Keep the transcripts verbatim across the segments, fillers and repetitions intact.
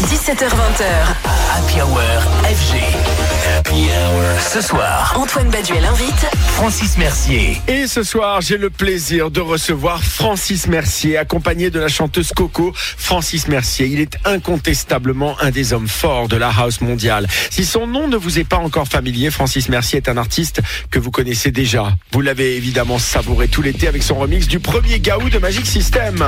dix-sept heures vingt. Happy Hour F G. Happy Hour. Ce soir, Antoine Baduel invite Francis Mercier. Et ce soir, j'ai le plaisir de recevoir Francis Mercier, accompagné de la chanteuse Coco. Francis Mercier, il est incontestablement un des hommes forts de la house mondiale. Si son nom ne vous est pas encore familier, Francis Mercier est un artiste que vous connaissez déjà. Vous l'avez évidemment savouré tout l'été avec son remix du premier Gaou de Magic System.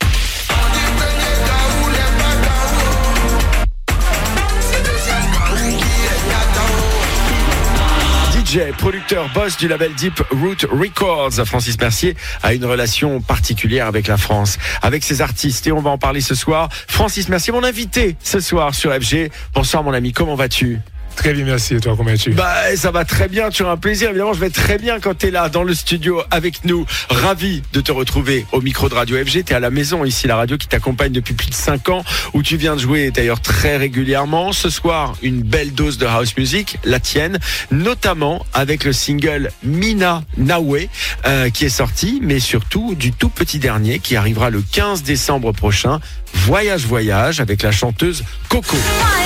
D J, producteur, boss du label Deep Root Records, Francis Mercier a une relation particulière avec la France, avec ses artistes, et on va en parler ce soir. Francis Mercier, mon invité ce soir sur F G. Bonsoir mon ami, comment vas-tu ? Très bien, merci. Et toi, comment es-tu ? Bah, ça va très bien. Tu as un plaisir. Évidemment, je vais très bien quand tu es là dans le studio avec nous. Ravi de te retrouver au micro de Radio F G. Tu es à la maison ici, la radio qui t'accompagne depuis plus de cinq ans, où tu viens de jouer d'ailleurs très régulièrement. Ce soir, une belle dose de house music, la tienne, notamment avec le single Mina Nawe euh, qui est sorti, mais surtout du tout petit dernier qui arrivera le quinze décembre prochain. Voyage, voyage avec la chanteuse Coco.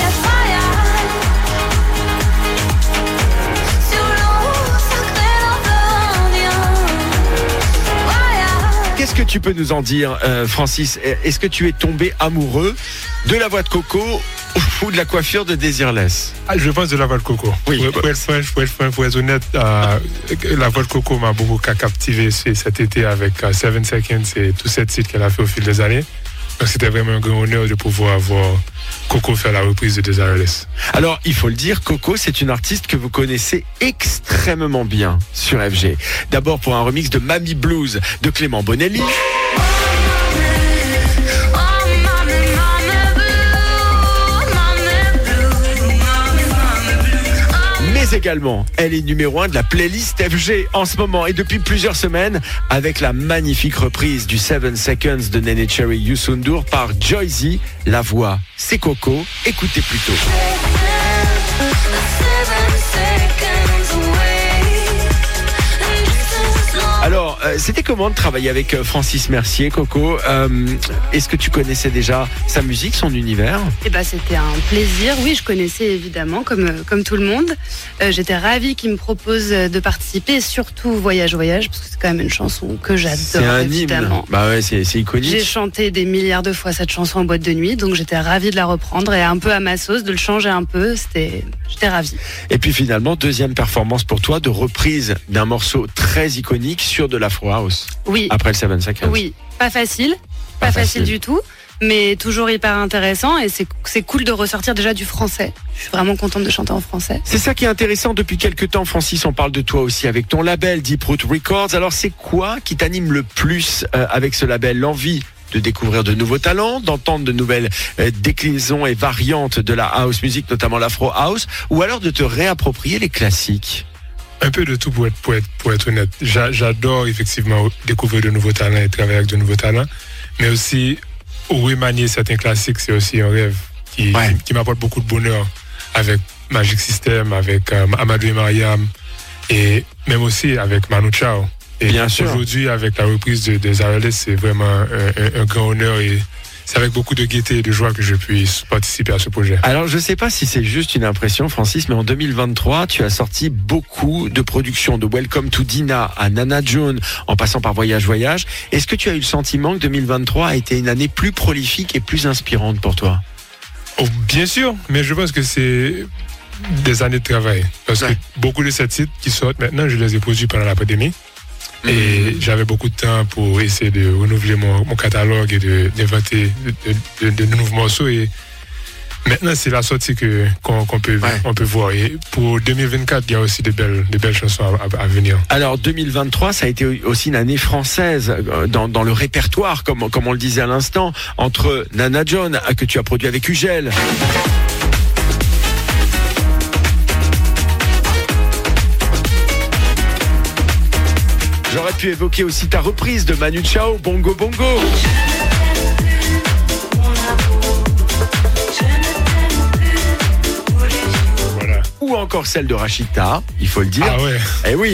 Qu'est-ce que tu peux nous en dire, euh, Francis ? Est-ce que tu es tombé amoureux de la voix de Coco ou de la coiffure de Desireless ? Ah, je pense de la voix de Coco. Oui. Pour, pour, être, pour, être, pour être honnête, euh, la voix de Coco m'a beaucoup captivé cet été avec uh, Seven Seconds et tous ces titres qu'elle a fait au fil des années. Donc c'était vraiment un grand honneur de pouvoir avoir Coco faire la reprise de Desireless. Alors, il faut le dire, Coco, c'est une artiste que vous connaissez extrêmement bien sur F G. D'abord pour un remix de Mamie Blues de Clément Bonelli. Mais également, elle est numéro un de la playlist F G en ce moment et depuis plusieurs semaines avec la magnifique reprise du Seven Seconds de Nene Cherry Youssou N'Dour par Joyzy. La voix, c'est Coco. Écoutez plutôt. Alors, euh, c'était comment de travailler avec euh, Francis Mercier, Coco ? euh, Est-ce que tu connaissais déjà sa musique, son univers ? Eh ben, c'était un plaisir. Oui, je connaissais évidemment, comme, comme tout le monde. Euh, j'étais ravie qu'il me propose de participer, et surtout Voyage, Voyage, parce que c'est quand même une chanson que j'adore, c'est un évidemment. Hymne. Bah ouais, c'est, c'est iconique. J'ai chanté des milliards de fois cette chanson en boîte de nuit, donc j'étais ravie de la reprendre et un peu à ma sauce, de le changer un peu. C'était... J'étais ravie. Et puis finalement, deuxième performance pour toi de reprise d'un morceau très iconique sur de l'Afro House. Oui. Après le Seven Seconds. Oui, pas facile, pas, pas facile. facile du tout, mais toujours hyper intéressant et c'est, c'est cool de ressortir déjà du français. Je suis vraiment contente de chanter en français. C'est ça qui est intéressant depuis quelques temps, Francis, on parle de toi aussi avec ton label Deep Root Records. Alors c'est quoi qui t'anime le plus euh, avec ce label ? L'envie de découvrir de nouveaux talents, d'entendre de nouvelles euh, déclinaisons et variantes de la house music, notamment l'Afro House, ou alors de te réapproprier les classiques ? Un peu de tout pour être, pour être, pour être honnête. J'a, j'adore effectivement découvrir de nouveaux talents et travailler avec de nouveaux talents, mais aussi remanier certains classiques, c'est aussi un rêve qui, ouais. qui, qui m'apporte beaucoup de bonheur avec Magic System, avec euh, Amadou et Mariam, et même aussi avec Manu Chao. Et bien sûr. Aujourd'hui, avec la reprise de, de Desireless, c'est vraiment un, un, un grand honneur et c'est avec beaucoup de gaieté et de joie que je puisse participer à ce projet. Alors, je ne sais pas si c'est juste une impression, Francis, mais en deux mille vingt-trois, tu as sorti beaucoup de productions, de Welcome to Dina à Nana June, en passant par Voyage, Voyage. Est-ce que tu as eu le sentiment que deux mille vingt-trois a été une année plus prolifique et plus inspirante pour toi ? Oh, bien sûr, mais je pense que c'est des années de travail. Parce ouais. que beaucoup de ces titres qui sortent maintenant, je les ai produits pendant la pandémie. Et mmh. j'avais beaucoup de temps pour essayer de renouveler mon, mon catalogue et de, d'inventer de, de, de, de nouveaux morceaux. Et maintenant, c'est la sortie que, qu'on, qu'on peut, ouais. on peut voir. Et pour deux mille vingt-quatre, il y a aussi de belles, de belles chansons à, à, à venir. Alors, deux mille vingt-trois, ça a été aussi une année française dans, dans le répertoire, comme, comme on le disait à l'instant, entre Nana John, que tu as produit avec Ugel. J'aurais pu évoquer aussi ta reprise de Manu Chao, Bongo Bongo. Voilà. Ou encore celle de Rachita, il faut le dire. Ah ouais. Eh oui,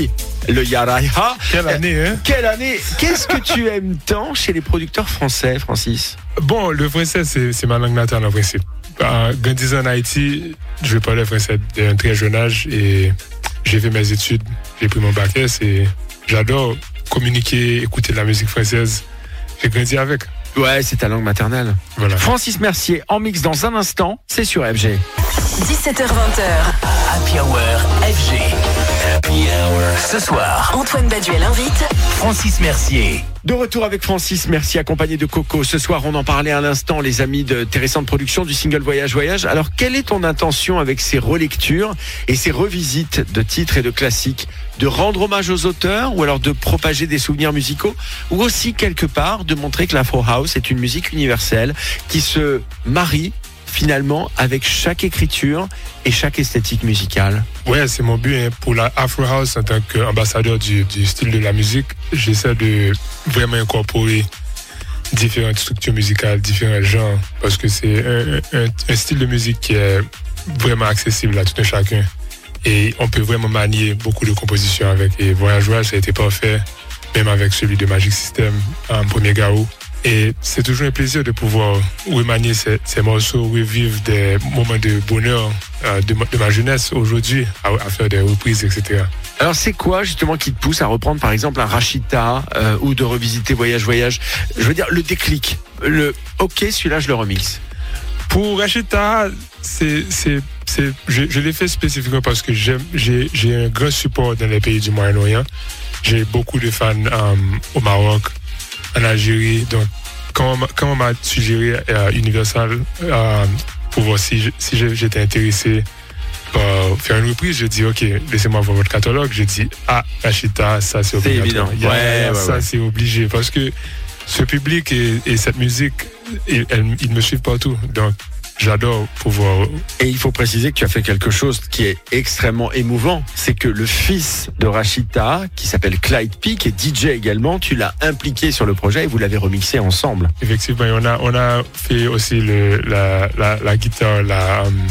le Yaraya. Quelle année, hein? Quelle année! Qu'est-ce que tu aimes tant chez les producteurs français, Francis? Bon, le français, c'est, c'est ma langue natale en principe. En grandissant en Haïti, je parlais français d'un très jeune âge et j'ai fait mes études, j'ai pris mon bac S et j'adore communiquer, écouter de la musique française. J'ai grandi avec. Ouais, c'est ta langue maternelle. Voilà. Francis Mercier en mix dans un instant, c'est sur F G. dix-sept heures vingt. Happy Hour F G. Happy Hour. Ce soir, Antoine Baduel invite Francis Mercier. De retour avec Francis Mercier, accompagné de Coco. Ce soir, on en parlait à l'instant, les amis de tes récentes productions du single Voyage Voyage. Alors, quelle est ton intention avec ces relectures et ces revisites de titres et de classiques? De rendre hommage aux auteurs ou alors de propager des souvenirs musicaux? Ou aussi, quelque part, de montrer que l'Afro House est une musique universelle qui se marie finalement avec chaque écriture et chaque esthétique musicale? Ouais, c'est mon but, hein. Pour la Afro House, en tant qu'ambassadeur du, du style de la musique, j'essaie de vraiment incorporer différentes structures musicales, différents genres, parce que c'est un, un, un style de musique qui est vraiment accessible à tout un chacun. Et on peut vraiment manier beaucoup de compositions avec. Et Voyage Voyage, ça a été parfait, même avec celui de Magic System, en premier Gao. Et c'est toujours un plaisir de pouvoir remanier ces, ces morceaux, revivre des moments de bonheur euh, de, de ma jeunesse aujourd'hui, à, à faire des reprises, et cetera. Alors c'est quoi justement qui te pousse à reprendre par exemple un Rachita euh, ou de revisiter Voyage Voyage? Je veux dire le déclic, le ok celui-là je le remixe. Pour Rachita, c'est, c'est, c'est, je, je l'ai fait spécifiquement parce que j'aime, j'ai, j'ai un grand support dans les pays du Moyen-Orient. J'ai beaucoup de fans euh, au Maroc, en Algérie. Donc, quand on, quand on m'a suggéré à Universal euh, pour voir si, si j'étais intéressé par faire une reprise, j'ai dit, OK, laissez-moi voir votre catalogue. J'ai dit, ah, Rachita, ça c'est obligatoire. C'est évident. Ouais, ouais, ça ouais. c'est obligé parce que ce public et, et cette musique, ils, ils me suivent partout. Donc, j'adore pouvoir... Et il faut préciser que tu as fait quelque chose qui est extrêmement émouvant. C'est que le fils de Rachita, qui s'appelle Clyde P, qui est D J également, tu l'as impliqué sur le projet et vous l'avez remixé ensemble. Effectivement, on a, on a fait aussi le, la, la, la guitare, la, um,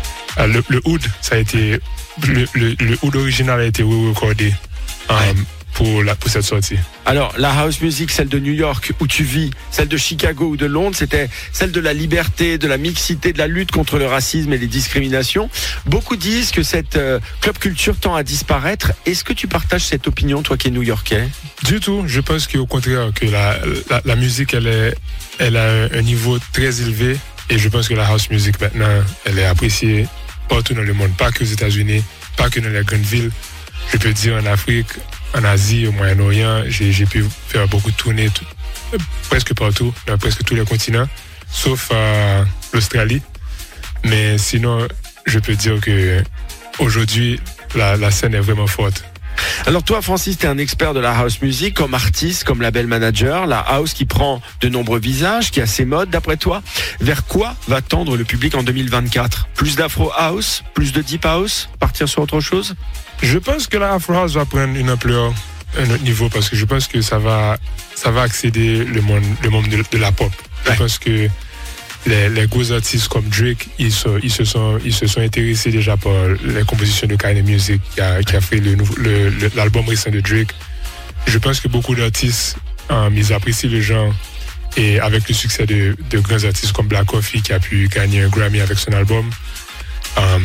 le, le oud, ça a été... Le, le, le oud original a été re-recordé um, ouais. pour, la, pour cette sortie. Alors, la house music, celle de New York où tu vis, celle de Chicago ou de Londres, c'était celle de la liberté, de la mixité, de la lutte contre le racisme et les discriminations. Beaucoup disent que cette euh, club culture tend à disparaître. Est-ce que tu partages cette opinion, toi qui es new-yorkais? Du tout. Je pense qu'au contraire, que la, la, la musique, elle, est, elle a un, un niveau très élevé. Et je pense que la house music, maintenant, elle est appréciée partout dans le monde. Pas que aux États-Unis, pas que dans les grandes villes. Je peux dire en Afrique, en Asie, au Moyen-Orient, j'ai, j'ai pu faire beaucoup de tournées, tout, presque partout, dans presque tous les continents, sauf euh, l'Australie. Mais sinon, je peux dire que aujourd'hui, la, la scène est vraiment forte. Alors toi, Francis, tu es un expert de la house music, comme artiste, comme label manager, la house qui prend de nombreux visages, qui a ses modes. D'après toi, vers quoi va tendre le public en deux mille vingt-quatre? Plus d'afro house, plus de deep house, partir sur autre chose? Je pense que la Afro House va prendre une ampleur, un autre niveau, parce que je pense que ça va, ça va accéder le monde, le monde de, de la pop. Ouais. Je pense que les, les gros artistes comme Drake, ils, sont, ils, se sont, ils se sont intéressés déjà par les compositions de Kanye Music, qui a, qui a fait le, le, le, l'album récent de Drake. Je pense que beaucoup d'artistes, um, ils apprécient le genre. Et avec le succès de, de grands artistes comme Black Coffee, qui a pu gagner un Grammy avec son album, um,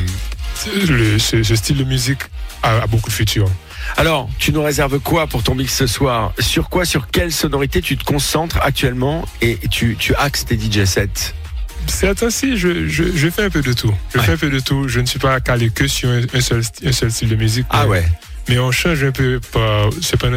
le, ce, ce style de musique a, a beaucoup de futur. Alors, tu nous réserves quoi pour ton mix ce soir? Sur quoi, sur quelle sonorité tu te concentres actuellement et tu, tu axes tes D J sets? C'est ainsi, je, je, je fais un peu de tout. Je ouais. fais un peu de tout. Je ne suis pas calé que sur un, un, seul, un seul style de musique. Ah ouais. Mais on change un peu par,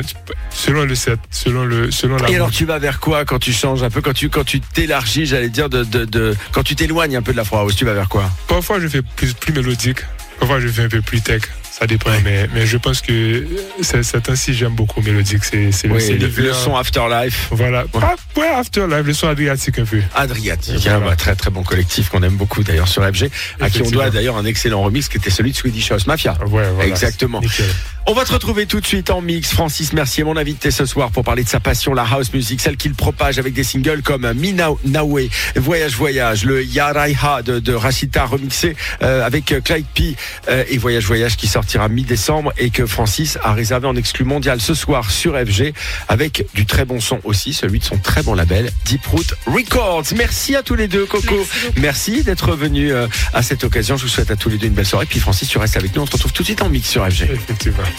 selon le set, selon le, selon la. Et alors tu vas vers quoi quand tu changes un peu, quand tu, quand tu t'élargis, j'allais dire de, de, de, quand tu t'éloignes un peu de la Afro House, tu vas vers quoi? Parfois je fais plus, plus mélodique, parfois je fais un peu plus tech. Ça dépend, ouais. mais, mais je pense que c'est, c'est ainsi j'aime beaucoup mélodique. C'est, c'est, oui, c'est le, le son Afterlife. Voilà. Ouais. Pas, Ouais, Afterlife, le son adriatique un peu. Adriatique, Voilà. hein, bah, très très bon collectif qu'on aime beaucoup d'ailleurs sur F G, à qui on doit d'ailleurs un excellent remix qui était celui de Swedish House Mafia. Ouais, voilà. Exactement. Nickel. On va te retrouver tout de suite en mix. Francis Mercier, mon invité ce soir pour parler de sa passion, la house music, celle qu'il propage avec des singles comme Mina Nawe, Voyage Voyage, le Yaraiha de, de Rachita remixé euh, avec Clyde P euh, et Voyage Voyage qui sortira mi-décembre et que Francis a réservé en exclu mondial ce soir sur F G avec du très bon son aussi, celui de son très bon label Deep Root Records. Merci à tous les deux, Coco. Merci, Merci d'être venu euh, à cette occasion. Je vous souhaite à tous les deux une belle soirée. Puis Francis, tu restes avec nous. On se retrouve tout de suite en mix sur F G. Effectivement.